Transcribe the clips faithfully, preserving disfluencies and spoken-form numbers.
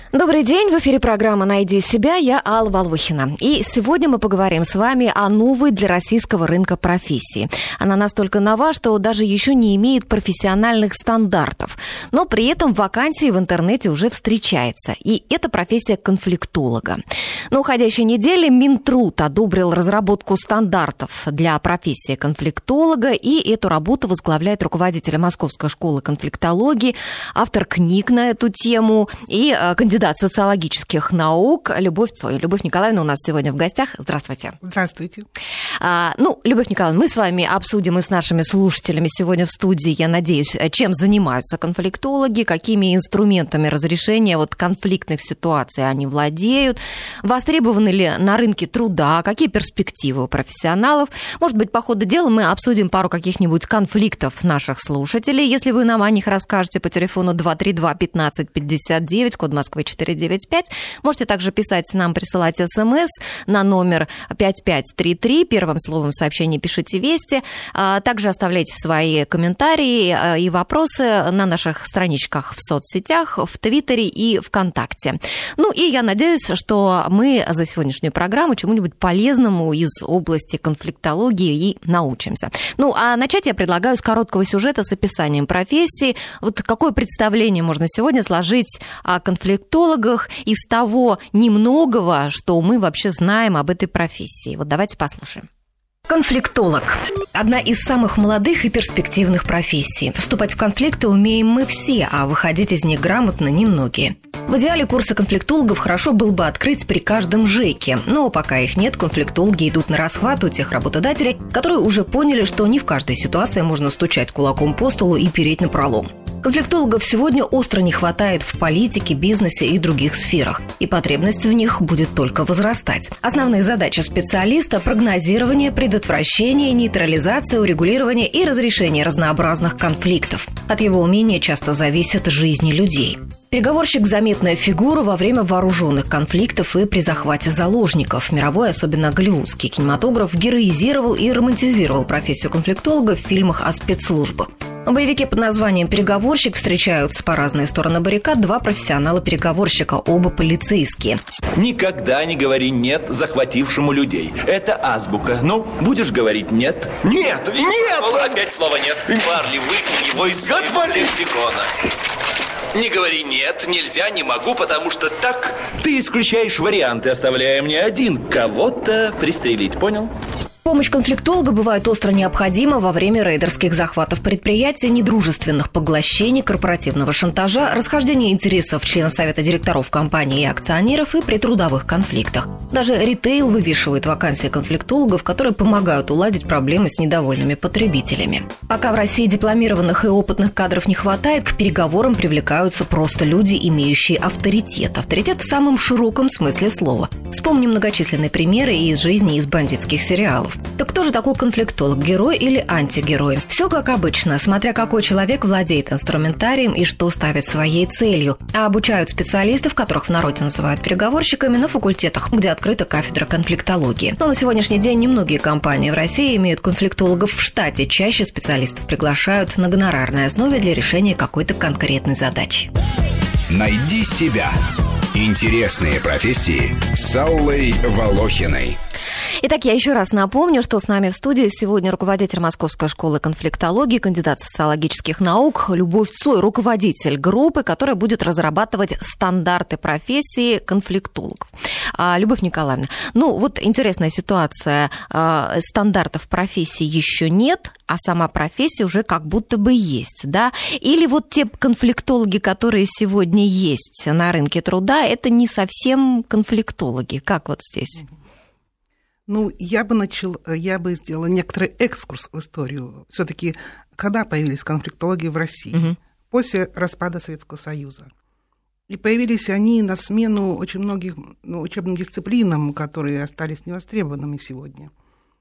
Добрый день, в эфире программа «Найди себя», я Алла Волохина. И сегодня мы поговорим с вами о новой для российского рынка профессии. Она настолько нова, что даже еще не имеет профессиональных стандартов. Но при этом вакансии в интернете уже встречается. И это профессия конфликтолога. На уходящей неделе Минтруд одобрил разработку стандартов для профессии конфликтолога. И эту работу возглавляет руководитель Московской школы конфликтологии, автор книг на эту тему и кандидат Кандидат социологических наук Любовь Цой. Любовь Николаевна у нас сегодня в гостях. Здравствуйте. Здравствуйте. А, ну, Любовь Николаевна, мы с вами обсудим и с нашими слушателями сегодня в студии, я надеюсь, чем занимаются конфликтологи, какими инструментами разрешения вот конфликтных ситуаций они владеют, востребованы ли на рынке труда, какие перспективы у профессионалов. Может быть, по ходу дела мы обсудим пару каких-нибудь конфликтов наших слушателей. Если вы нам о них расскажете по телефону два три два пятнадцать пятьдесят девять, код Москвы четыре девять пять. Можете также писать нам, присылать смс на номер пять пять три три. Первым словом сообщения пишите «Вести». Также оставляйте свои комментарии и вопросы на наших страничках в соцсетях, в Твиттере и ВКонтакте. Ну и я надеюсь, что мы за сегодняшнюю программу чему-нибудь полезному из области конфликтологии и научимся. Ну а начать я предлагаю с короткого сюжета с описанием профессии. Вот какое представление можно сегодня сложить о конфликтологии из того немногого, что мы вообще знаем об этой профессии. Вот давайте послушаем. Конфликтолог – одна из самых молодых и перспективных профессий. Вступать в конфликты умеем мы все, а выходить из них грамотно немногие. В идеале курсы конфликтологов хорошо было бы открыть при каждом ЖЭКе, но пока их нет, конфликтологи идут на расхват у тех работодателей, которые уже поняли, что не в каждой ситуации можно стучать кулаком по столу и переть напролом. Конфликтологов сегодня остро не хватает в политике, бизнесе и других сферах, и потребность в них будет только возрастать. Основные задачи специалиста – прогнозирование, предотвращение, нейтрализация, урегулирование и разрешение разнообразных конфликтов. От его умения часто зависят жизни людей. Переговорщик – заметная фигура во время вооруженных конфликтов и при захвате заложников. Мировой, особенно голливудский кинематограф, героизировал и романтизировал профессию конфликтолога в фильмах о спецслужбах. В боевике под названием «Переговорщик» встречаются по разные стороны баррикад два профессионала-переговорщика, оба полицейские. Никогда не говори «нет» захватившему людей. Это азбука. Ну, будешь говорить «нет»? Нет! Нет! Ну, опять слово «нет». Барли, выкинь его из своего лексикона. Не говори «нет», нельзя, не могу, потому что так. Ты исключаешь варианты, оставляя мне один. Кого-то пристрелить, понял? Помощь конфликтолога бывает остро необходима во время рейдерских захватов предприятий, недружественных поглощений, корпоративного шантажа, расхождения интересов членов совета директоров компании и акционеров и при трудовых конфликтах. Даже ритейл вывешивает вакансии конфликтологов, которые помогают уладить проблемы с недовольными потребителями. Пока в России дипломированных и опытных кадров не хватает, к переговорам привлекаются просто люди, имеющие авторитет. Авторитет в самом широком смысле слова. Вспомним многочисленные примеры из жизни из бандитских сериалов. Так кто же такой конфликтолог, герой или антигерой? Все как обычно, смотря какой человек владеет инструментарием и что ставит своей целью. А обучают специалистов, которых в народе называют переговорщиками, на факультетах, где открыта кафедра конфликтологии. Но на сегодняшний день немногие компании в России имеют конфликтологов в штате. Чаще специалистов приглашают на гонорарной основе для решения какой-то конкретной задачи. Найди себя. Интересные профессии с Аллой Волохиной. Итак, я еще раз напомню, что с нами в студии сегодня руководитель Московской школы конфликтологии, кандидат социологических наук Любовь Цой, руководитель группы, которая будет разрабатывать стандарты профессии конфликтологов. А, Любовь Николаевна, ну вот интересная ситуация. А, стандартов профессии еще нет, а сама профессия уже как будто бы есть, да? Или вот те конфликтологи, которые сегодня есть на рынке труда, это не совсем конфликтологи. Как вот здесь? Ну, я бы начал, я бы сделала некоторый экскурс в историю. Все-таки, когда появились конфликтологи в России? Угу. После распада Советского Союза. И появились они на смену очень многим ну, учебным дисциплинам, которые остались невостребованными сегодня.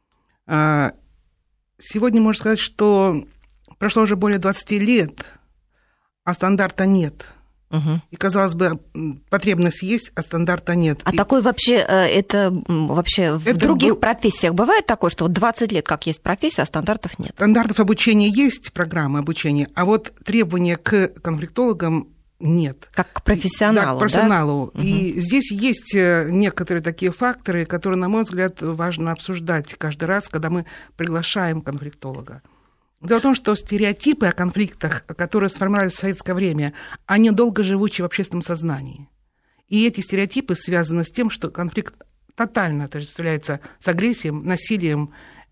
Сегодня можно сказать, что прошло уже более двадцати лет, а стандарта нет. Угу. И, казалось бы, потребность есть, а стандарта нет. А и... такое вообще, это вообще в это других был... профессиях бывает такое, что вот двадцать лет как есть профессия, а стандартов нет? Стандартов обучения есть, программы обучения, а вот требования к конфликтологам нет. Как к профессионалу, да? Да, к профессионалу. Да? И угу. здесь есть некоторые такие факторы, которые, на мой взгляд, важно обсуждать каждый раз, когда мы приглашаем конфликтолога. Дело в том, что стереотипы о конфликтах, которые сформировались в советское время, они долго живучи в общественном сознании. И эти стереотипы связаны с тем, что конфликт тотально отождествляется с агрессией, насилием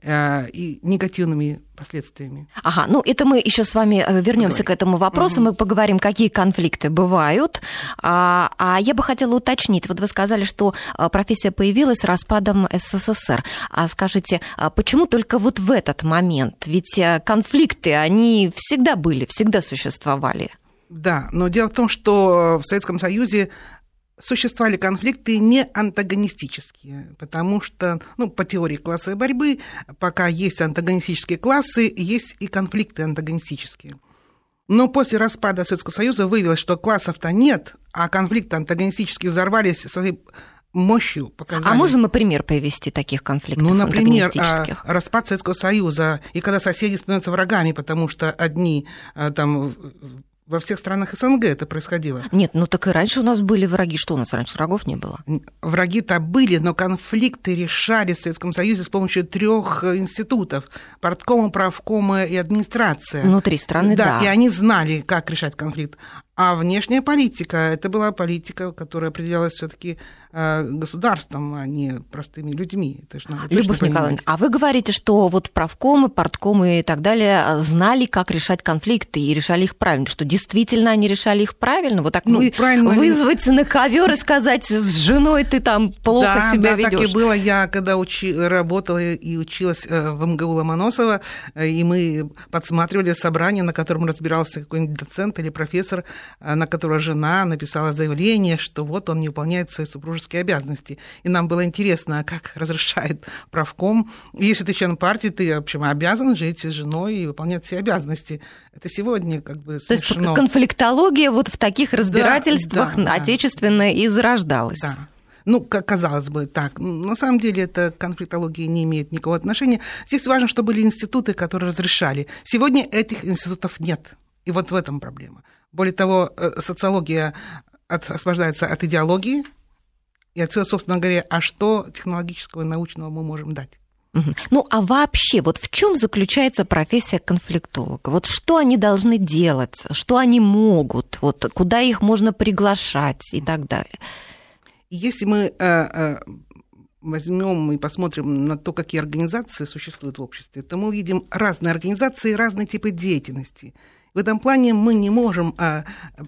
и негативными последствиями. Ага, ну это мы еще с вами вернемся к этому вопросу, угу. мы поговорим, какие конфликты бывают. А, а я бы хотела уточнить, вот вы сказали, что профессия появилась с распадом СССР. А скажите, почему только вот в этот момент? Ведь конфликты, они всегда были, всегда существовали. Да, но дело в том, что в Советском Союзе существовали конфликты не антагонистические, потому что, ну, по теории классовой борьбы, пока есть антагонистические классы, есть и конфликты антагонистические. Но после распада Советского Союза выявилось, что классов-то нет, а конфликты антагонистические взорвались своей мощью, показали. А можем мы пример привести таких конфликтов ну, например, антагонистических? Распад Советского Союза, и когда соседи становятся врагами, потому что одни там... Во всех странах СНГ это происходило. Нет, ну так и раньше у нас были враги. Что у нас раньше врагов не было? Враги-то были, но конфликты решались в Советском Союзе с помощью трех институтов: парткома, правкома и администрация. Внутри страны, да. Да, и они знали, как решать конфликт. А внешняя политика, это была политика, которая определялась все-таки государством, а не простыми людьми. Это же надо Любовь Николаевна, а вы говорите, что вот правкомы, парткомы и так далее знали, как решать конфликты и решали их правильно, что действительно они решали их правильно? Вот так ну, вы вызвать они... на ковер и сказать, с женой ты там плохо да, себя да, ведёшь. Да, так и было. Я когда учи... работала и училась в эм гэ у Ломоносова, и мы подсматривали собрание, на котором разбирался какой-нибудь доцент или профессор, на которого жена написала заявление, что вот он не выполняет свои супружеские обязанности. И нам было интересно, а как разрешает правком. Если ты член партии, ты, в общем, обязан жить с женой и выполнять все обязанности. Это сегодня как бы совершено. То есть конфликтология вот в таких разбирательствах да, да, отечественная да. и зарождалась. Да. Ну, казалось бы, так. На самом деле это конфликтология не имеет никакого отношения. Здесь важно, чтобы были институты, которые разрешали. Сегодня этих институтов нет. И вот в этом проблема. Более того, социология от, освобождается от идеологии и отсюда, собственно говоря, а что технологического и научного мы можем дать? Ну, а вообще, вот в чем заключается профессия конфликтолога? Вот что они должны делать, что они могут, вот куда их можно приглашать и так далее? Если мы э, э, возьмем и посмотрим на то, какие организации существуют в обществе, то мы увидим разные организации и разные типы деятельности. В этом плане мы не можем э,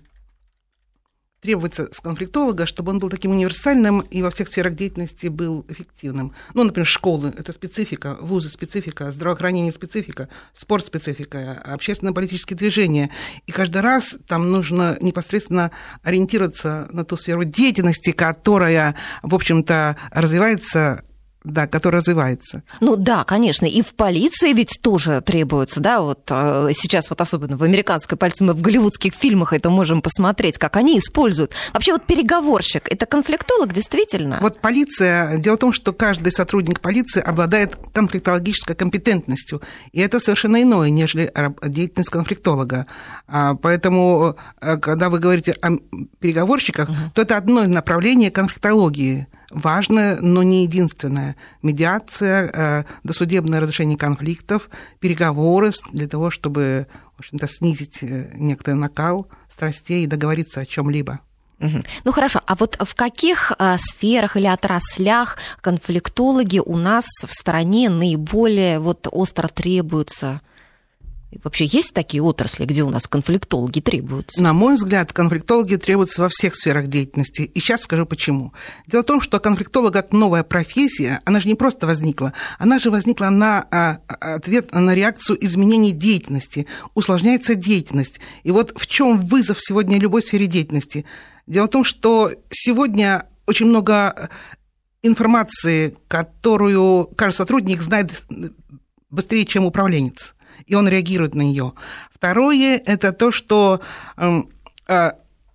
требоваться с конфликтолога, чтобы он был таким универсальным и во всех сферах деятельности был эффективным. Ну, например, школы – это специфика, вузы – специфика, здравоохранение – специфика, спорт – специфика, общественно-политические движения. И каждый раз там нужно непосредственно ориентироваться на ту сферу деятельности, которая, в общем-то, развивается, да, который развивается. Ну да, конечно, и в полиции ведь тоже требуется, да, вот сейчас вот особенно в американской полиции, мы в голливудских фильмах это можем посмотреть, как они используют. Вообще вот переговорщик, это конфликтолог действительно? Вот полиция, дело в том, что каждый сотрудник полиции обладает конфликтологической компетентностью, и это совершенно иное, нежели деятельность конфликтолога. Поэтому, когда вы говорите о переговорщиках, угу. то это одно из направлений конфликтологии. Важное, но не единственное. Медиация, досудебное разрешение конфликтов, переговоры для того, чтобы, в общем-то, снизить некоторый накал страстей и договориться о чем-либо. Угу. Ну хорошо, а вот в каких а, сферах или отраслях конфликтологи у нас в стране наиболее вот остро требуются? И вообще есть такие отрасли, где у нас конфликтологи требуются? На мой взгляд, конфликтологи требуются во всех сферах деятельности. И сейчас скажу почему. Дело в том, что конфликтолог как новая профессия, она же не просто возникла, она же возникла на ответ на реакцию изменений деятельности. Усложняется деятельность. И вот в чем вызов сегодня любой сфере деятельности? Дело в том, что сегодня очень много информации, которую каждый сотрудник знает быстрее, чем управленец. И он реагирует на нее. Второе – это то, что э, э,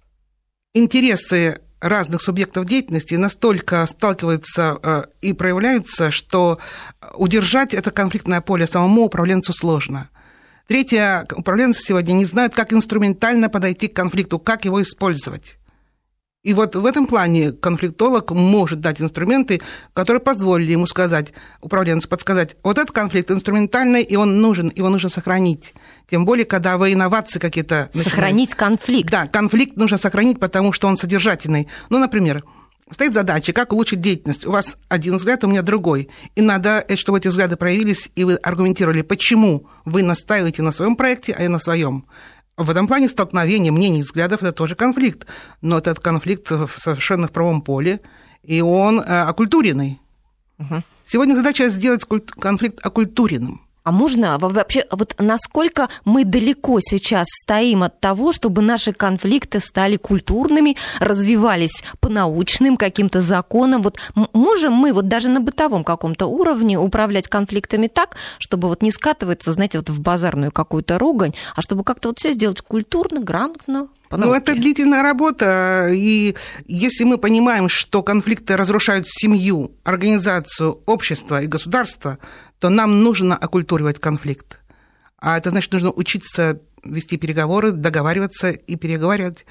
интересы разных субъектов деятельности настолько сталкиваются э, и проявляются, что удержать это конфликтное поле самому управленцу сложно. Третье, управленцы сегодня не знают, как инструментально подойти к конфликту, как его использовать. И вот в этом плане конфликтолог может дать инструменты, которые позволили ему сказать, управленцу подсказать, вот этот конфликт инструментальный, и он нужен, его нужно сохранить. Тем более, когда вы инновации какие-то... Сохранить начинаете. Конфликт. Да, конфликт нужно сохранить, потому что он содержательный. Ну, например, стоит задача, как улучшить деятельность. У вас один взгляд, у меня другой. И надо, чтобы эти взгляды проявились, и вы аргументировали, почему вы настаиваете на своем проекте, а я на своем. В этом плане столкновение мнений и взглядов – это тоже конфликт. Но этот конфликт совершенно в правом поле, и он окультуренный. Угу. Сегодня задача сделать конфликт окультуренным. А можно вообще, вот насколько мы далеко сейчас стоим от того, чтобы наши конфликты стали культурными, развивались по научным каким-то законам? Вот можем мы вот даже на бытовом каком-то уровне управлять конфликтами так, чтобы вот не скатываться, знаете, вот в базарную какую-то ругань, а чтобы как-то вот все сделать культурно, грамотно? Ну, это длительная работа, и если мы понимаем, что конфликты разрушают семью, организацию, общество и государство, то нам нужно окультуривать конфликт. А это значит, нужно учиться вести переговоры, договариваться и переговаривать,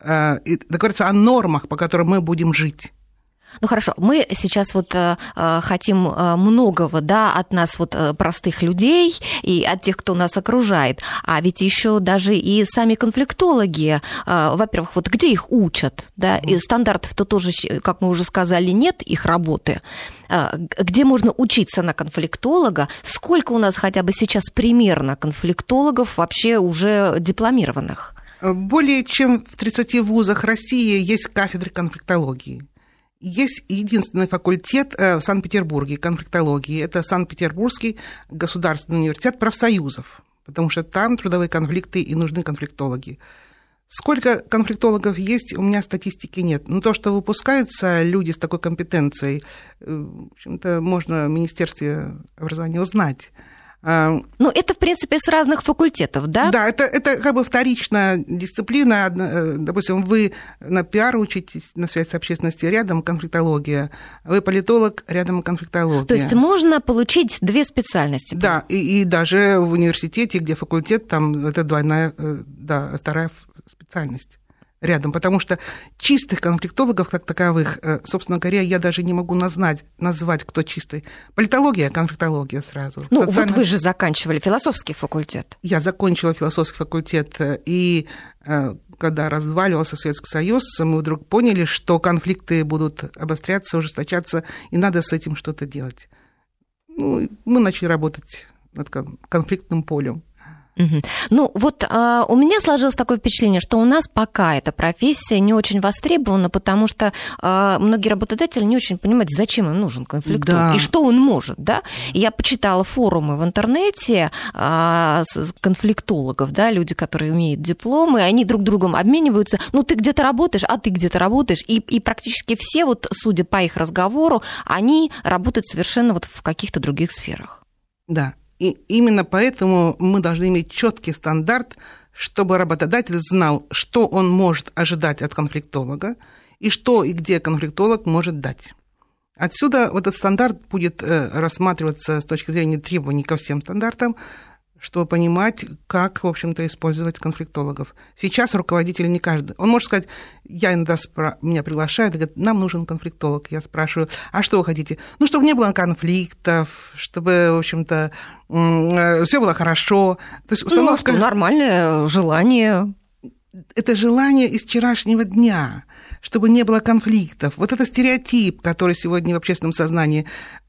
и договариваться о нормах, по которым мы будем жить. Ну хорошо, мы сейчас вот э, хотим многого, да, от нас вот простых людей и от тех, кто нас окружает, а ведь еще даже и сами конфликтологи, э, во-первых, вот где их учат, да, и стандартов-то тоже, как мы уже сказали, нет их работы, э, где можно учиться на конфликтолога, сколько у нас хотя бы сейчас примерно конфликтологов вообще уже дипломированных? Более чем в тридцати вузах России есть кафедры конфликтологии. Есть единственный факультет в Санкт-Петербурге конфликтологии. Это Санкт-Петербургский государственный университет профсоюзов, потому что там трудовые конфликты и нужны конфликтологи. Сколько конфликтологов есть, у меня статистики нет. Но то, что выпускаются люди с такой компетенцией, в общем-то, можно в Министерстве образования узнать. Ну, это, в принципе, с разных факультетов, да? Да, это, это как бы вторичная дисциплина. Допустим, вы на пиар учитесь, на связь с общественностью, рядом конфликтология. Вы политолог, рядом конфликтология. То есть можно получить две специальности? Да, и, и даже в университете, где факультет, там это двойная, да, вторая специальность рядом, потому что чистых конфликтологов как таковых, собственно говоря, я даже не могу назвать, назвать кто чистый. Политология, конфликтология сразу. Ну, Социально... вот вы же заканчивали философский факультет. Я закончила философский факультет, и когда разваливался Советский Союз, мы вдруг поняли, что конфликты будут обостряться, ужесточаться, и надо с этим что-то делать. Ну, мы начали работать над конфликтным полем. Угу. Ну, вот а, у меня сложилось такое впечатление, что у нас пока эта профессия не очень востребована, потому что а, многие работодатели не очень понимают, зачем им нужен конфликтолог, да, и что он может, да. И я почитала форумы в интернете а, конфликтологов, да, люди, которые имеют дипломы, они друг другом обмениваются, ну, ты где-то работаешь, а ты где-то работаешь, и, и практически все, вот, судя по их разговору, они работают совершенно вот в каких-то других сферах. Да. И именно поэтому мы должны иметь четкий стандарт, чтобы работодатель знал, что он может ожидать от конфликтолога и что и где конфликтолог может дать. Отсюда вот этот стандарт будет рассматриваться с точки зрения требований ко всем стандартам, чтобы понимать, как, в общем-то, использовать конфликтологов. Сейчас руководитель не каждый. Он может сказать, я иногда спра... меня приглашают, и говорят, нам нужен конфликтолог. Я спрашиваю, а что вы хотите? Ну, чтобы не было конфликтов, чтобы, в общем-то, все было хорошо. То есть установка... Ну, нормальное желание. Это желание из вчерашнего дня, чтобы не было конфликтов. Вот это стереотип, который сегодня в общественном сознании.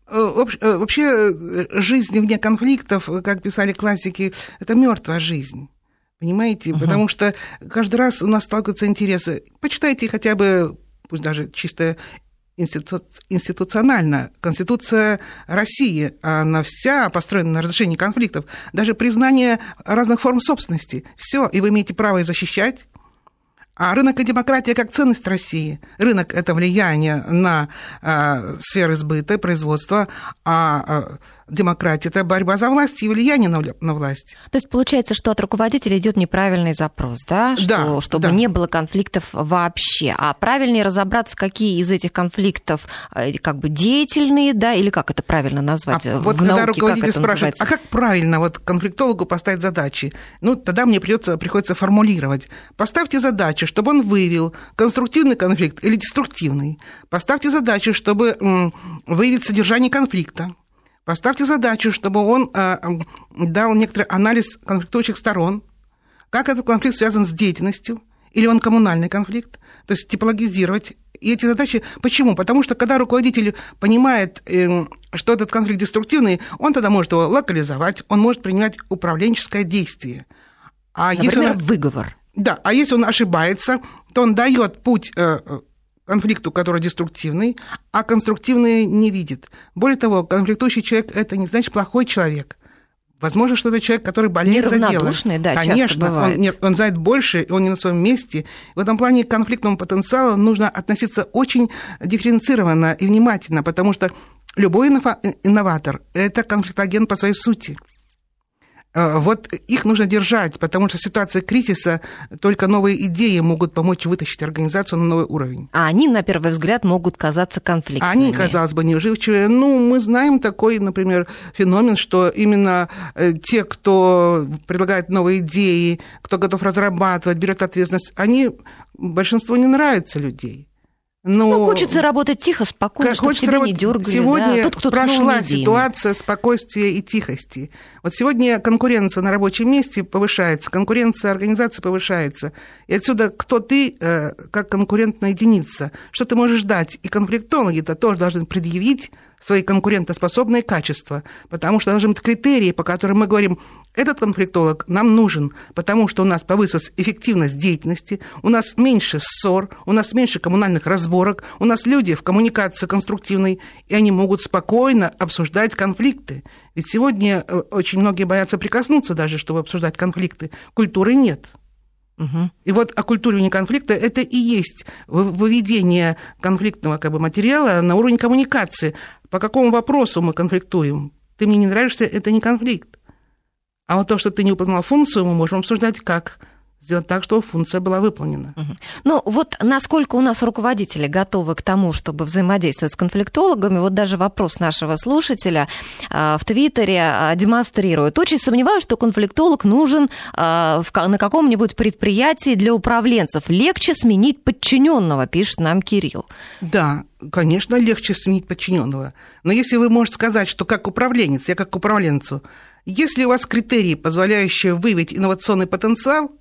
Вообще жизнь вне конфликтов, как писали классики, это мертвая жизнь. Понимаете? Uh-huh. Потому что каждый раз у нас сталкиваются интересы. Почитайте хотя бы, пусть даже чисто институ... институционально, Конституция России, она вся построена на разрешении конфликтов, даже признание разных форм собственности. Все, и вы имеете право их защищать. А рынок и демократия как ценность России. Рынок – это влияние на э, сферы сбыта, производства, а демократия, это борьба за власть и влияние на, на власть. То есть получается, что от руководителя идет неправильный запрос, да? Что, да, чтобы да. не было конфликтов вообще. А правильнее разобраться, какие из этих конфликтов как бы деятельные, да, или как это правильно назвать? А в вот науке, когда руководитель спрашивает, называется? а как правильно вот конфликтологу поставить задачи? Ну, тогда мне придется, приходится формулировать. Поставьте задачи, чтобы он выявил конструктивный конфликт или деструктивный. Поставьте задачи, чтобы м, выявить содержание конфликта. Поставьте задачу, чтобы он э, дал некоторый анализ конфликтующих сторон, как этот конфликт связан с деятельностью, или он коммунальный конфликт, то есть типологизировать. И эти задачи... Почему? Потому что когда руководитель понимает, э, что этот конфликт деструктивный, он тогда может его локализовать, он может принимать управленческое действие. А Например, если он, выговор. Да, а если он ошибается, то он дает путь... Э, конфликту, который деструктивный, а конструктивный не видит. Более того, конфликтующий человек – это не значит плохой человек. Возможно, что это человек, который болеет за дело. Неравнодушный, да, Конечно, часто бывает. Он, он знает больше, он не на своем месте. В этом плане к конфликтному потенциалу нужно относиться очень дифференцированно и внимательно, потому что любой инноватор – это конфликтоген по своей сути. Вот их нужно держать, потому что в ситуации кризиса только новые идеи могут помочь вытащить организацию на новый уровень. А они, на первый взгляд, могут казаться конфликтными. Они, казалось бы, неуживчивые. Ну, мы знаем такой, например, феномен, что именно те, кто предлагает новые идеи, кто готов разрабатывать, берет ответственность, они большинству не нравятся людей. Но ну, хочется работать тихо, спокойно, чтобы тебя работать... не дергали. Сегодня да? Тот, кто прошла ситуация спокойствия и тихости. Вот сегодня конкуренция на рабочем месте повышается, конкуренция организации повышается. И отсюда кто ты, как конкурентная единица, что ты можешь дать. И конфликтологи-то тоже должны предъявить свои конкурентоспособные качества, потому что должны быть критерии, по которым мы говорим, этот конфликтолог нам нужен, потому что у нас повысилась эффективность деятельности, у нас меньше ссор, у нас меньше коммунальных разборок, у нас люди в коммуникации конструктивной, и они могут спокойно обсуждать конфликты. Ведь сегодня очень многие боятся прикоснуться даже, чтобы обсуждать конфликты. Культуры нет. Угу. И вот оккультуривание конфликта – это и есть выведение конфликтного как бы, материала на уровень коммуникации. По какому вопросу мы конфликтуем? Ты мне не нравишься – это не конфликт. А вот то, что ты не выполнил функцию, мы можем обсуждать, как сделать так, чтобы функция была выполнена. Угу. Ну, вот насколько у нас руководители готовы к тому, чтобы взаимодействовать с конфликтологами, вот даже вопрос нашего слушателя в Твиттере демонстрирует. Очень сомневаюсь, что конфликтолог нужен на каком-нибудь предприятии для управленцев. Легче сменить подчиненного, пишет нам Кирилл. Да, конечно, легче сменить подчиненного. Но если вы можете сказать, что как управленец, я как к управленцу, если у вас критерии, позволяющие выявить инновационный потенциал,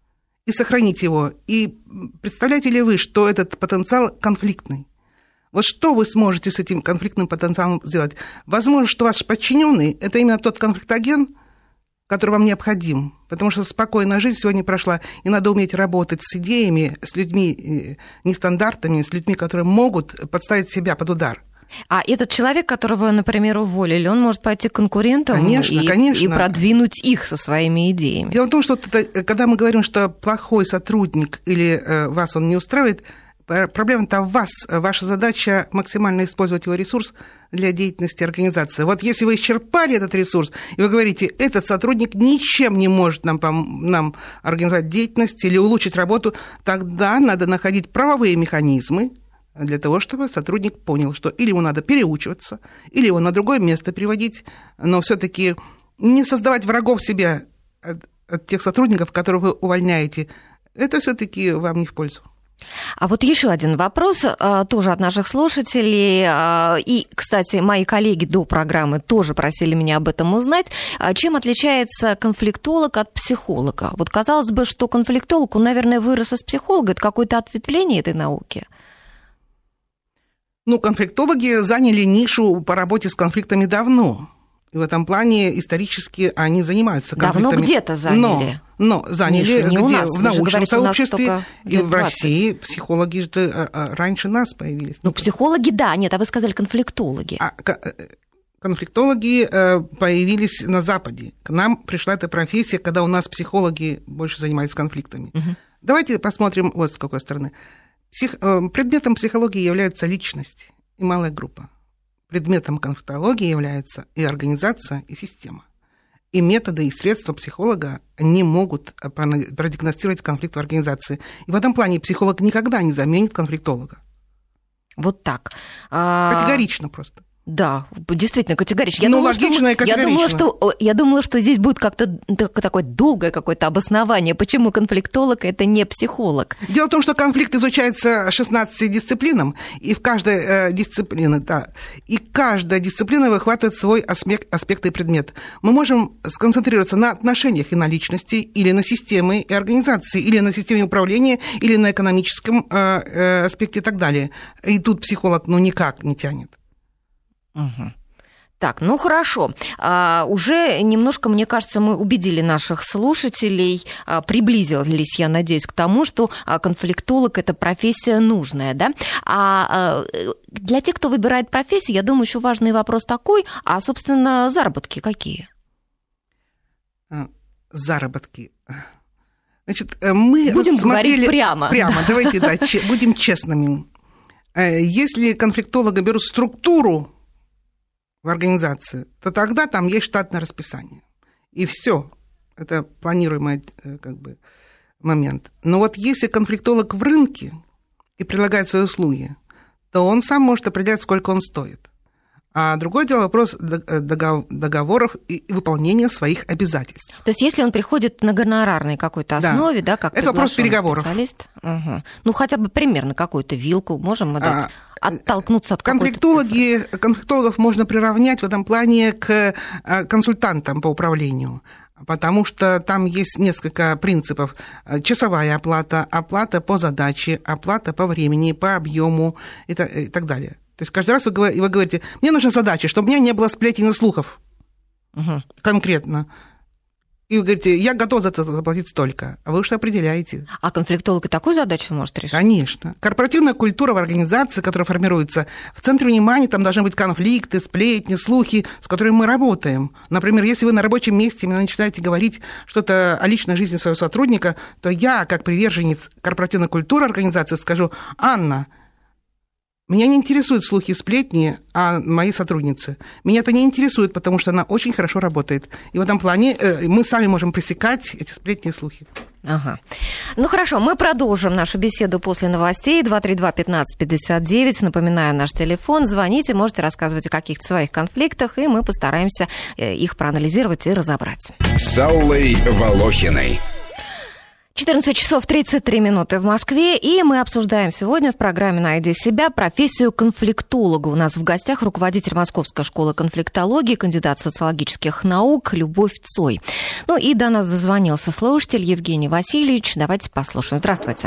и сохранить его. И представляете ли вы, что этот потенциал конфликтный? Вот что вы сможете с этим конфликтным потенциалом сделать? Возможно, что ваш подчиненный – это именно тот конфликтоген, который вам необходим. Потому что спокойная жизнь сегодня прошла, и надо уметь работать с идеями, с людьми нестандартными, с людьми, которые могут подставить себя под удар. А этот человек, которого, например, уволили, он может пойти к конкурентам конечно, и, конечно. и продвинуть их со своими идеями. Дело в том, что это, когда мы говорим, что плохой сотрудник или э, вас он не устраивает, проблема-то в вас. Ваша задача максимально использовать его ресурс для деятельности организации. Вот если вы исчерпали этот ресурс, и вы говорите, этот сотрудник ничем не может нам, нам организовать деятельность или улучшить работу, тогда надо находить правовые механизмы, для того, чтобы сотрудник понял, что или ему надо переучиваться, или его на другое место приводить, но все-таки не создавать врагов себе от, от тех сотрудников, которых вы увольняете, это все-таки вам не в пользу. А вот еще один вопрос, тоже от наших слушателей. И, кстати, мои коллеги до программы тоже просили меня об этом узнать. Чем отличается конфликтолог от психолога? Вот казалось бы, что конфликтолог, он, наверное, вырос из психолога. Это какое-то ответвление этой науки? Ну, конфликтологи заняли нишу по работе с конфликтами давно. И в этом плане исторически они занимаются конфликтами. Давно где-то заняли. Но, но заняли нишу, где? нас, В научном говорите, сообществе и в России. Психологи же раньше нас появились. Ну, психологи, да. Нет, а вы сказали конфликтологи. А, конфликтологи появились на Западе. К нам пришла эта профессия, когда у нас психологи больше занимаются конфликтами. Угу. Давайте посмотрим вот с какой стороны. Псих... Предметом психологии является личность и малая группа. предметом конфликтологии является и организация, и система. И методы, и средства психолога не могут продиагностировать конфликт в организации. И в этом плане психолог никогда не заменит конфликтолога. Вот так. Категорично просто. Да, действительно, категорично. Я ну, думала, логично что мы, и категорично. Я думала, что, я думала, что здесь будет как-то такое долгое какое-то обоснование, почему конфликтолог – это не психолог. Дело в том, что конфликт изучается шестнадцати дисциплинам, и в каждой э, дисциплине, да, и каждая дисциплина выхватывает свой аспект, аспект и предмет. Мы можем сконцентрироваться на отношениях и на личности, или на системе и организации, или на системе управления, или на экономическом э, э, аспекте и так далее. И тут психолог ну никак не тянет. Угу. Так, ну хорошо. А, уже немножко, мне кажется, мы убедили наших слушателей, а, приблизились, я надеюсь, к тому, что а, конфликтолог – это профессия нужная, да? А, а для тех, кто выбирает профессию, я думаю, еще важный вопрос такой, а, собственно, заработки какие? Заработки. Значит, мы будем смотрели... говорить прямо. Прямо, давайте, да, будем честными. Если конфликтолога берут структуру в организации, то тогда там есть штатное расписание. И все. Это планируемый как бы, момент. Но вот если конфликтолог в рынке и предлагает свои услуги, то он сам может определять, сколько он стоит. А другое дело вопрос договоров и выполнения своих обязательств. То есть если он приходит на гонорарной какой-то основе, да, да как это вопрос переговоров. Специалист, угу. Ну хотя бы примерно какую-то вилку можем мы дать, а, оттолкнуться от конфликтологи, конфликтологов можно приравнять в этом плане к консультантам по управлению. Потому что там есть несколько принципов. Часовая оплата, оплата по задаче, оплата по времени, по объему и так далее. То есть каждый раз вы говорите, мне нужна задача, чтобы у меня не было сплетен и слухов. Угу. Конкретно. И вы говорите, я готов за это заплатить столько. А вы уж определяете. А конфликтолог и такую задачу может решить? Конечно. Корпоративная культура в организации, которая формируется, в центре внимания там должны быть конфликты, сплетни, слухи, с которыми мы работаем. Например, если вы на рабочем месте мне начинаете говорить что-то о личной жизни своего сотрудника, то я, как приверженец корпоративной культуры организации, скажу, Анна, меня не интересуют слухи и сплетни о моей сотруднице. Меня это не интересует, потому что она очень хорошо работает. И в этом плане мы сами можем пресекать эти сплетни и слухи. Ага. Ну хорошо, мы продолжим нашу беседу после новостей. два три два пятнадцать пятьдесят девять. Напоминаю, наш телефон. Звоните, можете рассказывать о каких-то своих конфликтах, и мы постараемся их проанализировать и разобрать. С Аллой Волохиной. четырнадцать часов тридцать три минуты в Москве, и мы обсуждаем сегодня в программе «Найди себя» профессию конфликтолога. У нас в гостях руководитель Московской школы конфликтологии, кандидат социологических наук Любовь Цой. Ну и до нас дозвонился слушатель Евгений Васильевич. Давайте послушаем. Здравствуйте.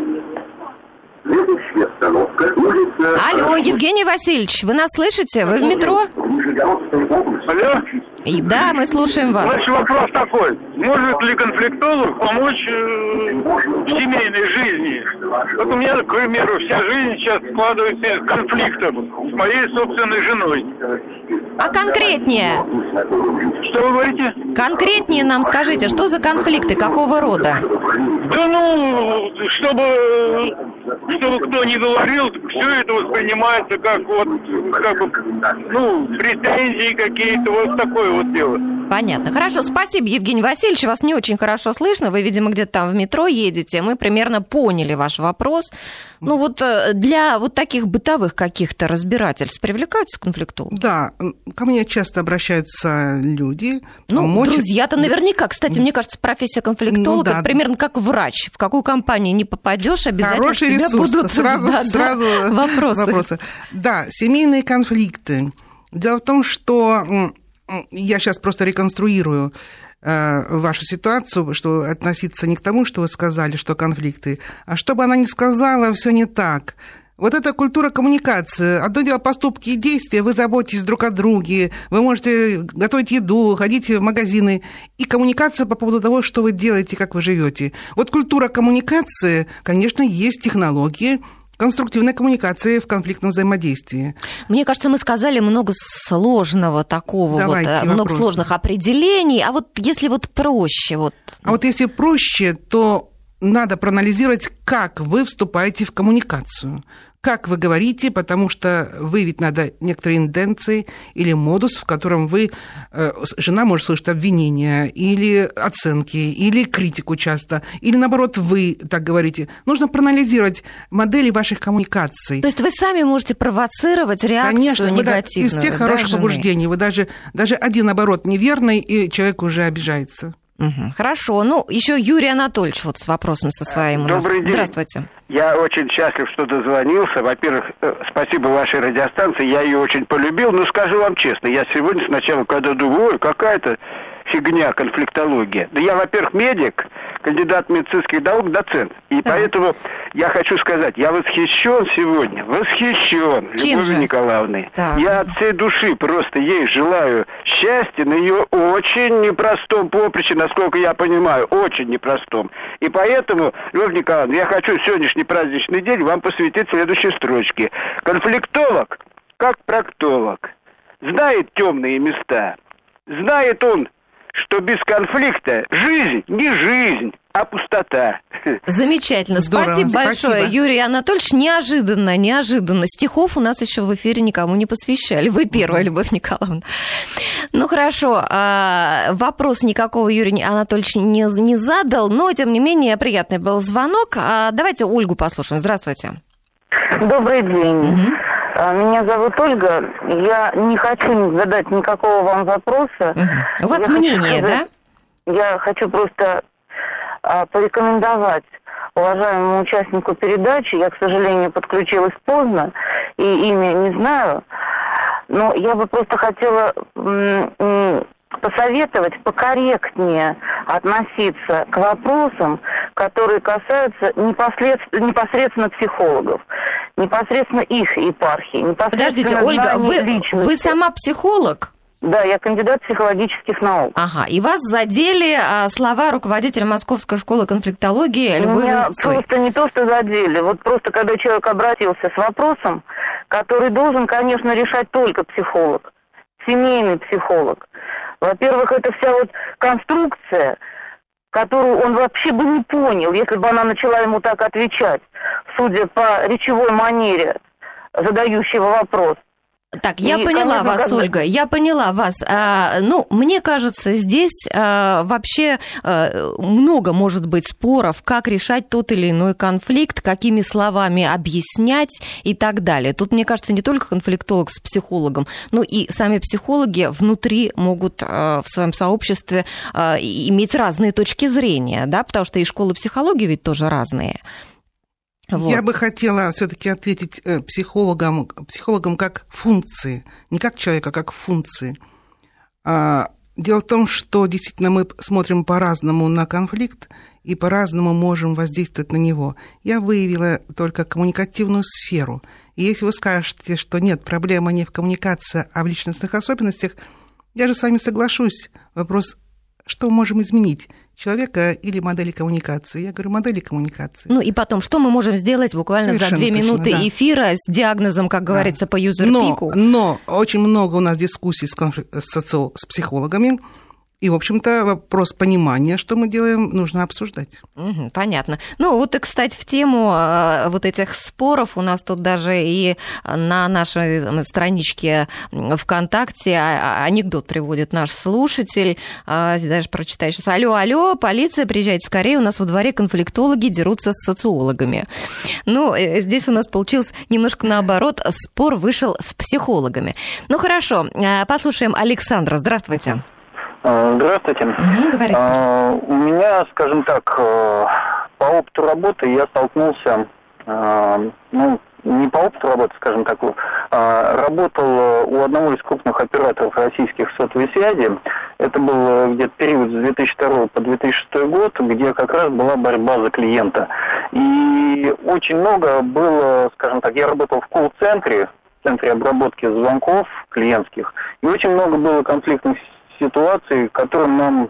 Алло, Евгений Васильевич, вы нас слышите? Вы в метро? Алло? И, да, мы слушаем вас. Значит, вопрос такой. Может ли конфликтолог помочь э, в семейной жизни? Вот у меня, к примеру, вся жизнь сейчас складывается из конфликтов с моей собственной женой. А конкретнее? Что вы говорите? Конкретнее нам скажите, что за конфликты, какого рода? Да ну, чтобы, чтобы кто ни говорил, все это воспринимается как вот, как бы, ну, претензии какие-то, вот такое вот дело. Понятно. Хорошо, спасибо, Евгений Васильевич. Вас не очень хорошо слышно. Вы, видимо, где-то там в метро едете. Мы примерно поняли ваш вопрос. Ну вот для вот таких бытовых каких-то разбирательств привлекаются конфликтологи? Да, ко мне часто обращаются люди. Ну, помочь... друзья-то наверняка. Кстати, мне кажется, профессия конфликтолога, ну, да, примерно как врач. В какую компанию не попадешь, обязательно хороший к тебе ресурс. будут сразу, да, сразу вопросы. вопросы. Да, семейные конфликты. Дело в том, что... Я сейчас просто реконструирую э, вашу ситуацию, что относиться не к тому, что вы сказали, что конфликты, а чтобы она не сказала, все не так. Вот эта культура коммуникации. Одно дело поступки и действия, вы заботитесь друг о друге, вы можете готовить еду, ходить в магазины. И коммуникация по поводу того, что вы делаете, как вы живете. Вот культура коммуникации, конечно, есть технологии конструктивной коммуникации в конфликтном взаимодействии. Мне кажется, мы сказали много сложного такого, вот, много сложных определений. А вот если вот проще? Вот... А вот если проще, то надо проанализировать, как вы вступаете в коммуникацию. как вы говорите, потому что выявить надо некоторые инденции или модус, в котором вы, жена может слышать обвинения или оценки, или критику часто, или, наоборот, вы так говорите. Нужно проанализировать модели ваших коммуникаций. То есть вы сами можете провоцировать реакцию Конечно, негативную, из тех да, хороших жены? побуждений. Вы даже, даже один оборот неверный, и человек уже обижается. Угу, хорошо. Ну, еще Юрий Анатольевич вот с вопросом со своим у нас. Добрый день. Здравствуйте. Я очень счастлив, что дозвонился. Во-первых, спасибо вашей радиостанции, я ее очень полюбил. Но скажу вам честно, я сегодня сначала, когда думаю, ой, какая-то фигня, конфликтология. Да я, во-первых, медик, кандидат медицинских наук, доцент. И да. Поэтому я хочу сказать, я восхищен сегодня, восхищен Любовью Николаевной. Да. Я от всей души просто ей желаю счастья на ее очень непростом поприще, насколько я понимаю, очень непростом. И поэтому, Любовь Николаевна, я хочу сегодняшний праздничный день вам посвятить следующей строчке. Конфликтолог, как проктолог, знает темные места, знает он, что без конфликта жизнь не жизнь, а пустота. Замечательно. Здорово. Спасибо большое, Спасибо. Юрий Анатольевич. Неожиданно, неожиданно. Стихов у нас еще в эфире никому не посвящали. Вы первая, Любовь Николаевна. Ну, хорошо. Вопрос никакого Юрий Анатольевич не, не задал, но, тем не менее, приятный был звонок. Давайте Ольгу послушаем. Здравствуйте. Добрый день. Угу. Меня зовут Ольга. Я не хочу задать никакого вам вопроса. Угу. У вас я мнение, сказать, да? Я хочу просто а, порекомендовать уважаемому участнику передачи. Я, к сожалению, подключилась поздно и имя не знаю. Но я бы просто хотела м- м- посоветовать покорректнее относиться к вопросам, которые касаются непосредственно, непосредственно психологов, непосредственно их епархии. Непосредственно Подождите, Ольга, вы, вы сама психолог? Да, я кандидат психологических наук. Ага, и вас задели а, слова руководителя Московской школы конфликтологии Любови Меня Цой. просто не то, что задели. Вот просто когда человек обратился с вопросом, который должен, конечно, решать только психолог, семейный психолог. Во-первых, это вся вот конструкция, которую он вообще бы не понял, если бы она начала ему так отвечать, судя по речевой манере задающего вопрос. Так, я И, поняла конечно, вас, как бы... Ольга, я поняла вас. А, ну, мне кажется, здесь а, вообще а, много может быть споров, как решать тот или иной конфликт, какими словами объяснять и так далее. Тут, мне кажется, не только конфликтолог с психологом, но и сами психологи внутри могут а, в своем сообществе а, иметь разные точки зрения, да, потому что и школы психологии ведь тоже разные. Вот. Я бы хотела все-таки ответить психологам, психологам как функции, не как человека, а как функции. Дело в том, что действительно мы смотрим по-разному на конфликт и по-разному можем воздействовать на него. Я выявила только коммуникативную сферу. И если вы скажете, что нет, проблема не в коммуникации, а в личностных особенностях, я же с вами соглашусь. Вопрос, что можем изменить? Человека или модели коммуникации? Я говорю, модели коммуникации. Ну и потом, что мы можем сделать буквально Совершенно за две минуты точно, да. эфира с диагнозом, как говорится, да. по юзерпику? Но, но очень много у нас дискуссий с, конф... с, соци... с психологами. И, в общем-то, вопрос понимания, что мы делаем, нужно обсуждать. Угу, понятно. Ну, вот, и, кстати, в тему вот этих споров у нас тут даже и на нашей страничке ВКонтакте анекдот приводит наш слушатель. Здесь даже прочитаю сейчас. Алло, алло, полиция, приезжайте скорее, у нас во дворе конфликтологи дерутся с социологами. Ну, здесь у нас получилось немножко наоборот, спор вышел с психологами. Ну, хорошо, послушаем Александра. Здравствуйте. Здравствуйте. Угу, говорите, а, у меня, скажем так, по опыту работы я столкнулся, ну, не по опыту работы, скажем так, а работал у одного из крупных операторов российских сотовой связи. Это был где-то период с две тысячи второго по две тысячи шестой год, где как раз была борьба за клиента. И очень много было, скажем так, я работал в колл-центре, в центре обработки звонков клиентских, и очень много было конфликтных ситуации, которым нам,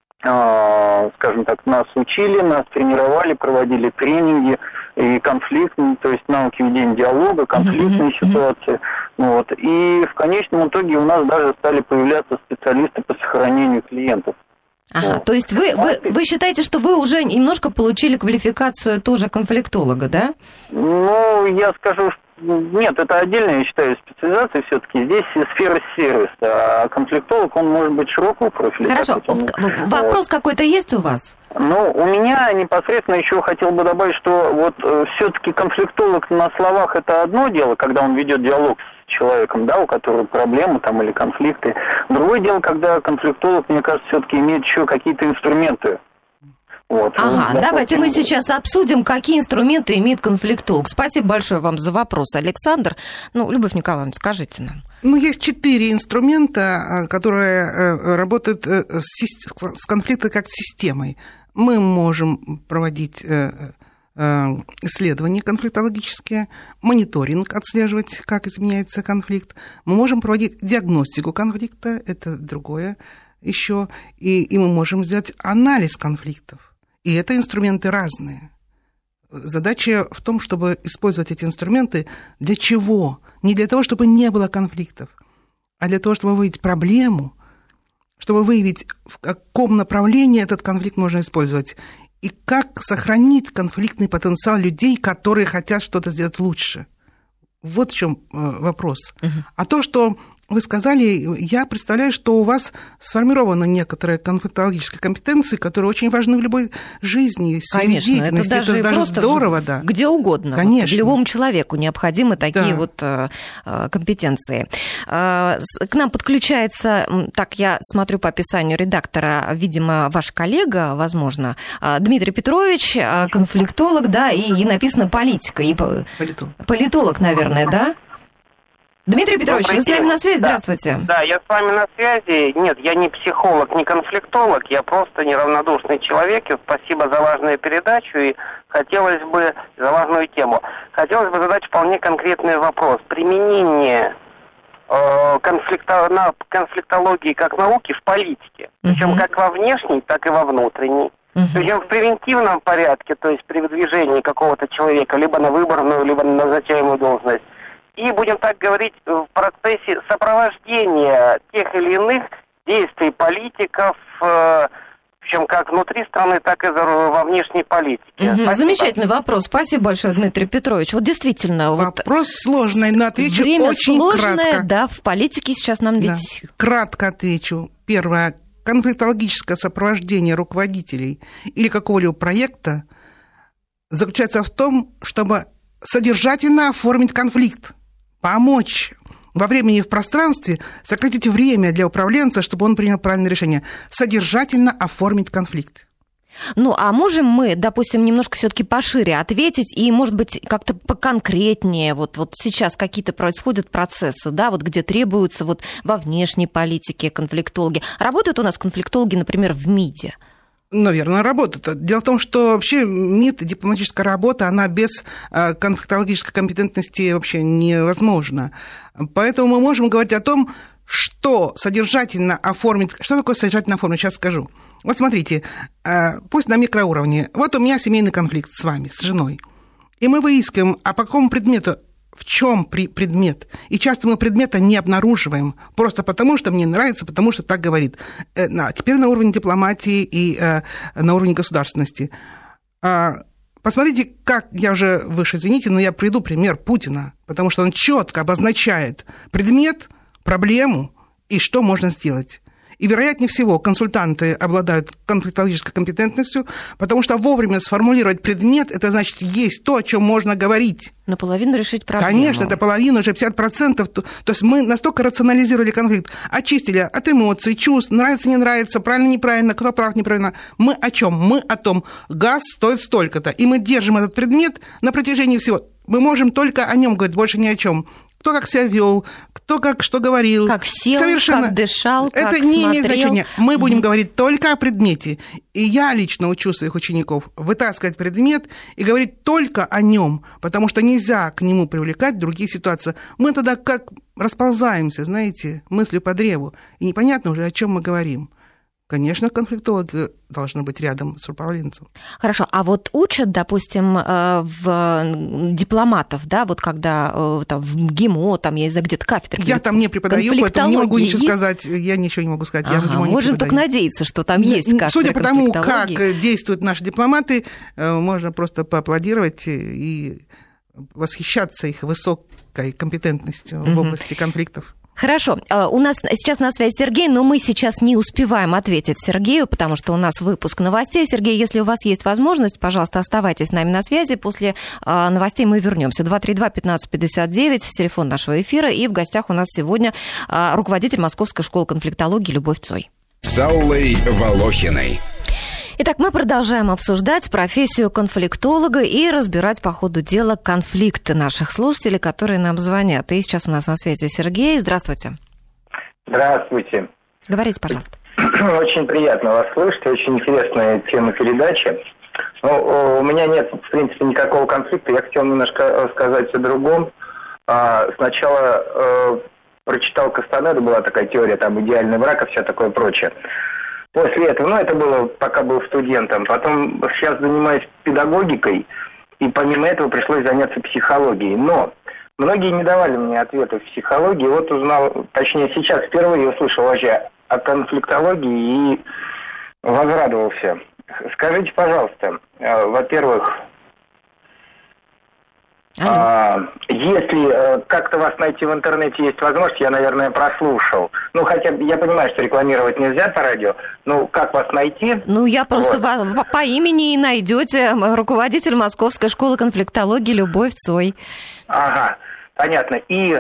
э, скажем так, нас учили, нас тренировали, проводили тренинги и конфликтные, то есть навыки ведения диалога, конфликтные mm-hmm. ситуации. Вот. И в конечном итоге у нас даже стали появляться специалисты по сохранению клиентов. Ага, то есть вы, вы, вы считаете, что вы уже немножко получили квалификацию тоже конфликтолога, да? Ну, я скажу, нет, это отдельная, я считаю, специализация все-таки. Здесь сфера сервиса, а конфликтолог, он может быть широкого профиля. Хорошо, он... вопрос какой-то есть у вас? Ну, у меня непосредственно еще хотел бы добавить, что вот э, все-таки конфликтолог на словах это одно дело, когда он ведет диалог с человеком, да, у которого проблемы там или конфликты. Другое дело, когда конфликтолог, мне кажется, все-таки имеет еще какие-то инструменты. Вот. Ага, ну, давайте допустим... мы сейчас обсудим, какие инструменты имеет конфликтолог. Спасибо большое вам за вопрос, Александр. Ну, Любовь Николаевна, скажите нам. Ну, есть четыре инструмента, которые работают с конфликтом как с системой. Мы можем проводить исследования конфликтологические, мониторинг, отслеживать, как изменяется конфликт. Мы можем проводить диагностику конфликта, это другое еще, и, и мы можем сделать анализ конфликтов. И это инструменты разные. Задача в том, чтобы использовать эти инструменты для чего? Не для того, чтобы не было конфликтов, а для того, чтобы выявить проблему, чтобы выявить, в каком направлении этот конфликт можно использовать, и как сохранить конфликтный потенциал людей, которые хотят что-то сделать лучше. Вот в чем вопрос. Uh-huh. А то, что вы сказали, я представляю, что у вас сформированы некоторые конфликтологические компетенции, которые очень важны в любой жизни, в сфере Конечно, деятельности. это даже, это даже здорово, да. Где угодно. Конечно. Вот, любому человеку необходимы такие да. вот э, компетенции. Э, к нам подключается, так я смотрю по описанию редактора, видимо, ваш коллега, возможно, Дмитрий Петрович, конфликтолог, да, и, и написано политика. И, политолог. Политолог, наверное, да? Дмитрий Петрович, Добрый вы день. С нами на связи? Да. Здравствуйте. Да, я с вами на связи. Нет, я не психолог, не конфликтолог, я просто неравнодушный человек. И спасибо за важную передачу и хотелось бы, за важную тему, хотелось бы задать вполне конкретный вопрос. Применение э, конфликто, на конфликтологии как науки в политике, причем uh-huh. как во внешней, так и во внутренней. Uh-huh. Причем в превентивном порядке, то есть при выдвижении какого-то человека либо на выборную, либо на назначаемую должность. И, будем так говорить, в процессе сопровождения тех или иных действий политиков, э, причем как внутри страны, так и во внешней политике. Угу. Замечательный вопрос. Спасибо большое, Дмитрий Петрович. Вот действительно... Вопрос вот сложный, но отвечу время очень сложное, кратко. Да, в политике сейчас нам ведь... Да. Кратко отвечу. Первое. Конфликтологическое сопровождение руководителей или какого-либо проекта заключается в том, чтобы содержательно оформить конфликт. Помочь во времени и в пространстве сократить время для управленца, чтобы он принял правильное решение. Содержательно оформить конфликт. Ну, а можем мы, допустим, немножко все-таки пошире ответить и, может быть, как-то поконкретнее, вот, вот сейчас какие-то происходят процессы, да, вот где требуются вот во внешней политике конфликтологи. Работают у нас конфликтологи, например, в МИДе? Наверное, работает. Дело в том, что вообще МИД, дипломатическая работа, она без конфликтологической компетентности вообще невозможна. Поэтому мы можем говорить о том, что содержательно оформить... Что такое содержательно оформить? Сейчас скажу. Вот смотрите, пусть на микроуровне. Вот у меня семейный конфликт с вами, с женой. И мы выискиваем, а по какому предмету, в чем предмет. И часто мы предмета не обнаруживаем, просто потому, что мне нравится, потому что так говорит. А теперь на уровне дипломатии и на уровне государственности. Посмотрите, как, я уже выше, извините, но я приведу пример Путина, потому что он четко обозначает предмет, проблему и что можно сделать. И, вероятнее всего, консультанты обладают конфликтологической компетентностью, потому что вовремя сформулировать предмет, это значит, есть то, о чем можно говорить. Наполовину решить проблему. Конечно, это половина, уже пятьдесят процентов. То есть мы настолько рационализировали конфликт, очистили от эмоций, чувств, нравится, не нравится, правильно, неправильно, кто прав, неправильно. Мы о чем? Мы о том, газ стоит столько-то. И мы держим этот предмет на протяжении всего. Мы можем только о нем говорить, больше ни о чем. Кто как себя вел, кто как что говорил. Как сел, совершенно... как дышал, это как не смотрел. Имеет значения. Мы будем угу. говорить только о предмете. И я лично учу своих учеников вытаскивать предмет и говорить только о нем, потому что нельзя к нему привлекать другие ситуации. Мы тогда как расползаемся, знаете, мыслью по древу, и непонятно уже, о чем мы говорим. конечно, конфликтологи должны быть рядом с управленцем. Хорошо, а вот учат, допустим, в дипломатов, да, вот когда там, в ГИМО, там, я не знаю, где-то кафедры. Я там не преподаю, поэтому не могу ничего есть? сказать, я ничего не могу сказать. Ага, я в ГИМО не можем преподаю. только надеяться, что там есть кафедра. Судя по тому, как действуют наши дипломаты, можно просто поаплодировать и восхищаться их высокой компетентностью угу. в области конфликтов. Хорошо. У нас сейчас на связи Сергей, но мы сейчас не успеваем ответить Сергею, потому что у нас выпуск новостей. Сергей, если у вас есть возможность, пожалуйста, оставайтесь с нами на связи. После новостей мы вернемся. два три два пятнадцать пятьдесят девять, телефон нашего эфира. И в гостях у нас сегодня руководитель Московской школы конфликтологии Любовь Цой. С Аллой Волохиной. Итак, мы продолжаем обсуждать профессию конфликтолога и разбирать по ходу дела конфликты наших слушателей, которые нам звонят. И сейчас у нас на связи Сергей. Здравствуйте. Здравствуйте. Говорите, пожалуйста. Очень приятно вас слышать, очень интересная тема передачи. Ну, у меня нет, в принципе, никакого конфликта. Я хотел немножко сказать о другом. Сначала э, прочитал Кастанеду, была такая теория, там, идеальный брак и все такое прочее. После этого, ну, это было, пока был студентом. Потом сейчас занимаюсь педагогикой, и помимо этого пришлось заняться психологией. Но многие не давали мне ответов в психологии. Вот узнал, точнее, сейчас впервые услышал вообще о конфликтологии и возрадовался. Скажите, пожалуйста, э, во-первых, А, если э, как-то вас найти в интернете есть возможность, я, наверное, прослушал. Ну, хотя я понимаю, что рекламировать нельзя по радио. Ну, как вас найти? Ну, я просто вот. по, по имени и найдете. Руководитель Московской школы конфликтологии Любовь Цой. Ага, понятно. И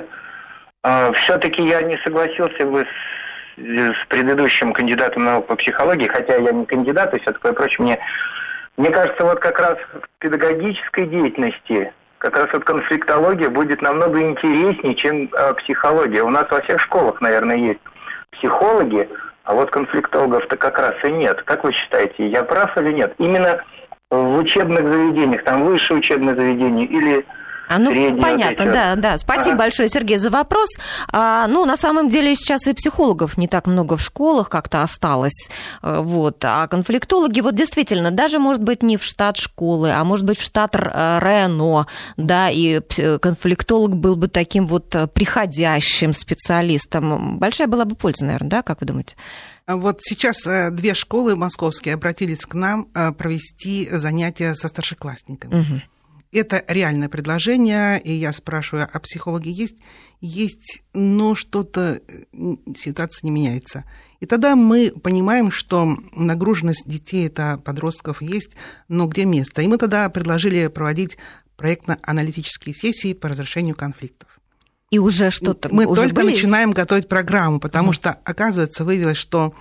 э, все-таки я не согласился бы с, с предыдущим кандидатом наук по психологии, хотя я не кандидат и все такое прочее. Мне, мне кажется, вот как раз в педагогической деятельности как раз вот конфликтология будет намного интереснее, чем э, психология. У нас во всех школах, наверное, есть психологи, а вот конфликтологов-то как раз и нет. Как вы считаете, я прав или нет? Именно в учебных заведениях, там высшее учебное заведение или... А, ну, понятно, вот да, да. Спасибо ага. большое, Сергей, за вопрос. А, ну, на самом деле, сейчас и психологов не так много в школах как-то осталось. Вот. А конфликтологи, вот действительно, даже, может быть, не в штат школы, а может быть, в штат РЭНО, да, и конфликтолог был бы таким вот приходящим специалистом. Большая была бы польза, наверное, да, как вы думаете? Вот сейчас две школы московские обратились к нам провести занятия со старшеклассниками. Угу. Это реальное предложение, и я спрашиваю, а психологи есть? Есть, но что-то, ситуация не меняется. И тогда мы понимаем, что нагруженность детей, это подростков есть, но где место? И мы тогда предложили проводить проектно-аналитические сессии по разрешению конфликтов. И уже что-то? Мы уже только были? начинаем готовить программу, потому mm. что, оказывается, выявилось, что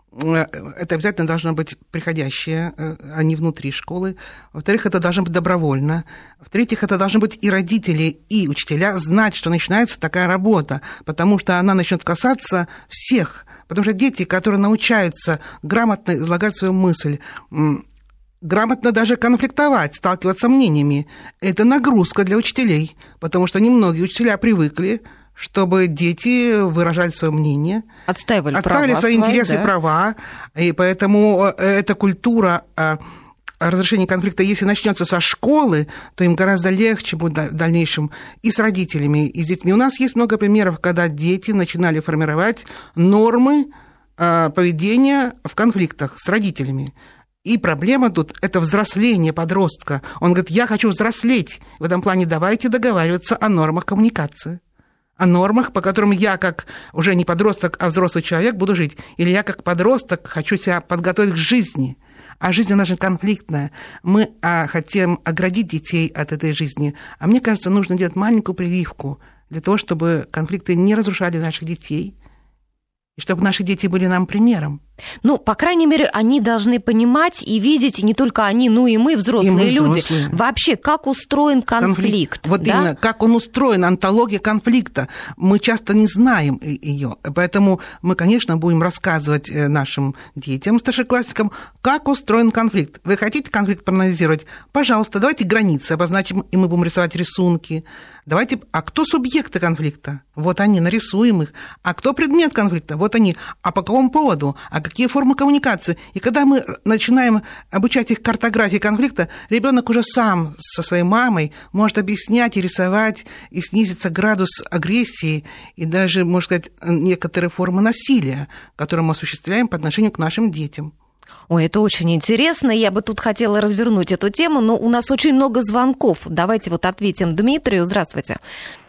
это обязательно должно быть приходящее, а не внутри школы. Во-вторых, это должно быть добровольно. В-третьих, это должны быть и родители, и учителя знать, что начинается такая работа, потому что она начнет касаться всех. Потому что дети, которые научаются грамотно излагать свою мысль, грамотно даже конфликтовать, сталкиваться мнениями, это нагрузка для учителей, потому что немногие учителя привыкли, чтобы дети выражали свое мнение, отстаивали, отстаивали права свои свои, интересы да. и права, и поэтому эта культура разрешения конфликта, если начнется со школы, то им гораздо легче будет в дальнейшем и с родителями, и с детьми. У нас есть много примеров, когда дети начинали формировать нормы поведения в конфликтах с родителями. И проблема тут – это взросление подростка. Он говорит, я хочу взрослеть. В этом плане давайте договариваться о нормах коммуникации. О нормах, по которым я, как уже не подросток, а взрослый человек, буду жить. Или я, как подросток, хочу себя подготовить к жизни. А жизнь наша конфликтная. Мы а, хотим оградить детей от этой жизни. А мне кажется, нужно делать маленькую прививку для того, чтобы конфликты не разрушали наших детей, и чтобы наши дети были нам примером. Ну, по крайней мере, они должны понимать и видеть, и не только они, но и мы, взрослые и мы, люди, взрослые. Вообще, как устроен конфликт. конфликт вот да? именно, как он устроен, антология конфликта. Мы часто не знаем ее, поэтому мы, конечно, будем рассказывать нашим детям, старшеклассникам, как устроен конфликт. Вы хотите конфликт проанализировать? Пожалуйста, давайте границы обозначим, и мы будем рисовать рисунки. Давайте, а кто субъекты конфликта? Вот они, нарисуем их. А кто предмет конфликта? Вот они. А по какому поводу? А какие формы коммуникации. И когда мы начинаем обучать их картографии конфликта, ребенок уже сам со своей мамой может объяснять и рисовать, и снизится градус агрессии, и даже, можно сказать, некоторые формы насилия, которые мы осуществляем по отношению к нашим детям. Ой, это очень интересно. Я бы тут хотела развернуть эту тему, но у нас очень много звонков. Давайте вот ответим Дмитрию. Здравствуйте.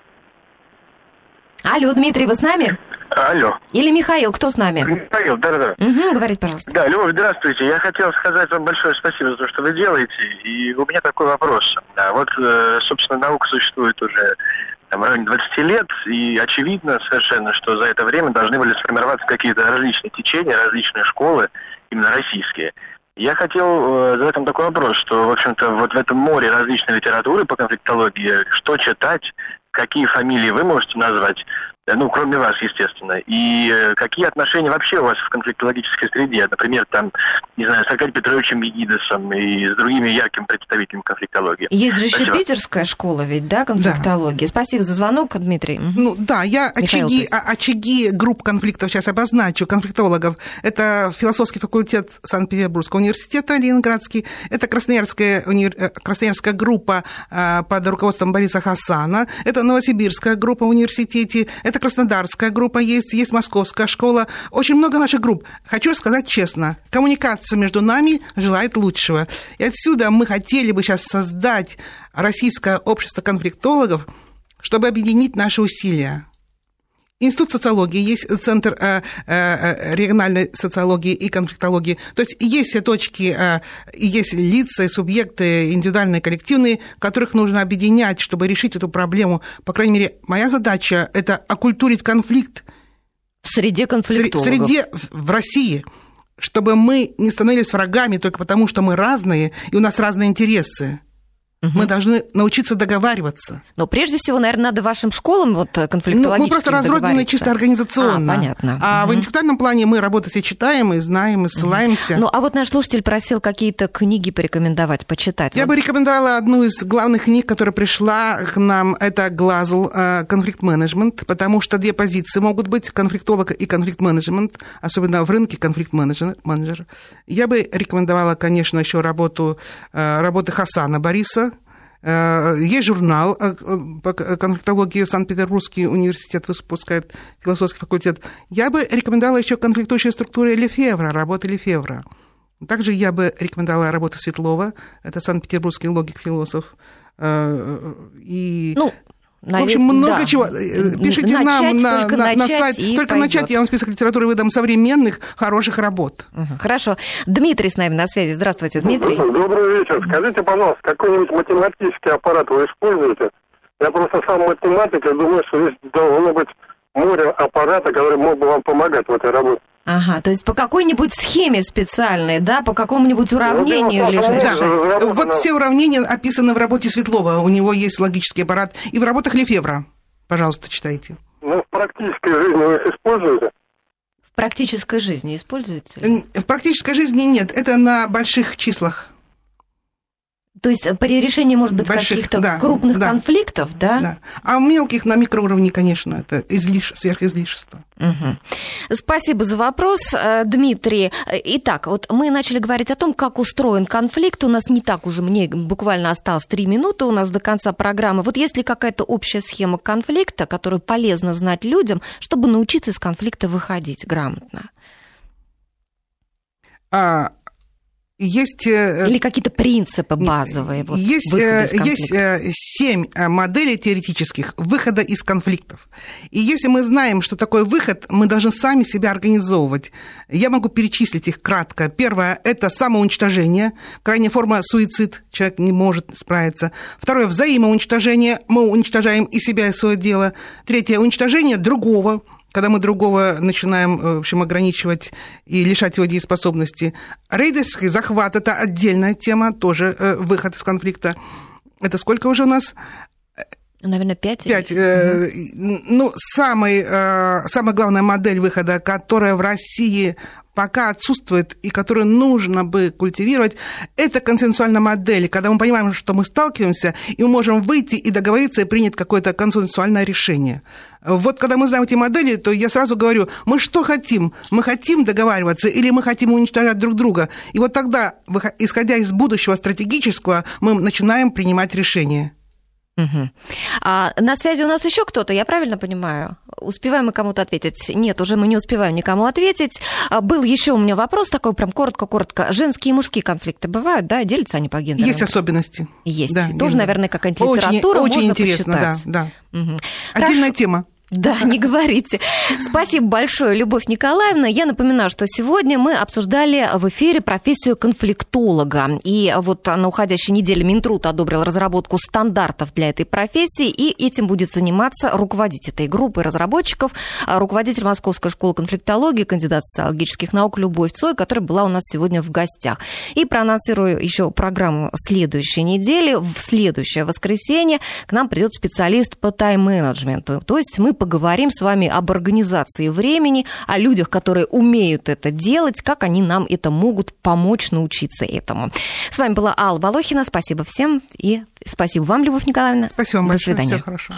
Алло, Дмитрий, вы с нами? Алло. Или Михаил, кто с нами? Михаил, да-да-да. Угу, говорите, пожалуйста. Да, Любовь, здравствуйте. Я хотел сказать вам большое спасибо за то, что вы делаете. И у меня такой вопрос. Да, вот, собственно, наука существует уже там, в районе двадцати лет, и очевидно совершенно, что за это время должны были сформироваться какие-то различные течения, различные школы, именно российские. Я хотел э, задать вам такой вопрос, что, в общем-то, вот в этом море различной литературы по конфликтологии, что читать, какие фамилии вы можете назвать, ну, кроме вас, естественно, и э, какие отношения вообще у вас в конфликтологической среде, например, там, не знаю, с Аркадием Петровичем Егидесом и с другими яркими представителями конфликтологии. Есть же еще Спасибо. питерская школа ведь, да, конфликтологии? Да. Спасибо за звонок, Дмитрий. Ну, да, я очаги, очаги групп конфликтов сейчас обозначу, конфликтологов. Это философский факультет Санкт-Петербургского университета, Ленинградский, это Красноярская, универ... Красноярская группа под руководством Бориса Хасана, это Новосибирская группа в университете, это Краснодарская группа есть, есть Московская школа, очень много наших групп. Хочу сказать честно, коммуникация между нами желает лучшего. И отсюда мы хотели бы сейчас создать российское общество конфликтологов, чтобы объединить наши усилия. Институт социологии, есть Центр э, э, региональной социологии и конфликтологии. То есть есть все точки, э, есть лица и субъекты индивидуальные, коллективные, которых нужно объединять, чтобы решить эту проблему. По крайней мере, моя задача – это оккультурить конфликт в среде конфликтологов. В среде в России, чтобы мы не становились врагами только потому, что мы разные, и у нас разные интересы. Угу. Мы должны научиться договариваться. Но прежде всего, наверное, надо вашим школам вот, конфликтологическим ну, мы просто разрознены чисто организационно. А, понятно. А угу. в интеллектуальном плане мы работу все читаем, и знаем, и ссылаемся. Угу. Ну, а вот наш слушатель просил какие-то книги порекомендовать, почитать. Я вот. бы рекомендовала одну из главных книг, которая пришла к нам, это Глазл «Конфликт-менеджмент», потому что две позиции могут быть, конфликтолог и конфликт-менеджмент, особенно в рынке конфликт-менеджер. Я бы рекомендовала, конечно, еще работу, работы Хасана Бориса. Есть журнал по конфликтологии, Санкт-Петербургский университет выпускает, философский факультет. Я бы рекомендовала еще конфликтующие структуры Лефевра, работы Лефевра. Также я бы рекомендовала работу Светлова, это Санкт-Петербургский логик-философ. И... Ну... В общем, много да. чего. Пишите начать, нам на, на, на сайт. Только пойдет. начать, я вам список литературы выдам современных, хороших работ. Угу. Хорошо. Дмитрий с нами на связи. Здравствуйте, Дмитрий. Добрый вечер. Скажите, пожалуйста, какой-нибудь математический аппарат вы используете? Я просто сам математик, и думаю, что здесь должно быть море аппарата, который мог бы вам помогать в этой работе. Ага, то есть по какой-нибудь схеме специальной, да, по какому-нибудь уравнению ну, лежать? Да. Вот все уравнения описаны в работе Светлова, у него есть логический аппарат, и в работах Лефевра. Пожалуйста, читайте. Ну, в практической жизни вы их используете? В практической жизни используете? В практической жизни нет, это на больших числах. То есть при решении, может быть, больших, каких-то да, крупных да, конфликтов, да? Да. А у мелких на микроуровне, конечно, это излиш... сверхизлишество. Угу. Спасибо за вопрос, Дмитрий. Итак, вот мы начали говорить о том, как устроен конфликт. У нас не так уже, мне буквально осталось три минуты у нас до конца программы. Вот есть ли какая-то общая схема конфликта, которую полезно знать людям, чтобы научиться из конфликта выходить грамотно? А... Есть, или какие-то принципы базовые? Вот, есть, есть семь моделей теоретических выхода из конфликтов. И если мы знаем, что такое выход, мы должны сами себя организовывать. Я могу перечислить их кратко. Первое – это самоуничтожение, крайняя форма – суицид, человек не может справиться. Второе – взаимоуничтожение, мы уничтожаем и себя, и свое дело. Третье – уничтожение другого, когда мы другого начинаем, в общем, ограничивать и лишать его дееспособности. Рейдерский захват – это отдельная тема, тоже выход из конфликта. Это сколько уже у нас? Наверное, пять. Пять. Э, ну, самый, э, самая главная модель выхода, которая в России пока отсутствует и которую нужно бы культивировать, это консенсуальная модель, когда мы понимаем, что мы сталкиваемся, и мы можем выйти и договориться, и принять какое-то консенсуальное решение. Вот когда мы знаем эти модели, то я сразу говорю, мы что хотим? Мы хотим договариваться или мы хотим уничтожать друг друга? И вот тогда, исходя из будущего стратегического, мы начинаем принимать решения. Угу. А на связи у нас еще кто-то, я правильно понимаю? Успеваем мы кому-то ответить? Нет, уже мы не успеваем никому ответить. Был еще у меня вопрос такой, прям коротко-коротко. Женские и мужские конфликты бывают, да? Делятся они по гендерам? Есть особенности. Есть. Да, тоже, да. наверное, какая-нибудь литература очень, очень можно интересно, почитать. да, да. Угу. Отдельная Хорошо. тема. Да, не говорите. Спасибо большое, Любовь Николаевна. Я напоминаю, что сегодня мы обсуждали в эфире профессию конфликтолога. И вот на уходящей неделе Минтруд одобрил разработку стандартов для этой профессии, и этим будет заниматься руководитель этой группы разработчиков, руководитель Московской школы конфликтологии, кандидат социологических наук Любовь Цой, которая была у нас сегодня в гостях. И проанонсирую еще программу следующей недели. В следующее воскресенье к нам придет специалист по тайм-менеджменту. То есть мы поговорим с вами об организации времени, о людях, которые умеют это делать, как они нам это могут помочь научиться этому. С вами была Алла Волохина. Спасибо всем и спасибо вам, Любовь Николаевна. Спасибо вам До большое. свидания. Всего хорошего.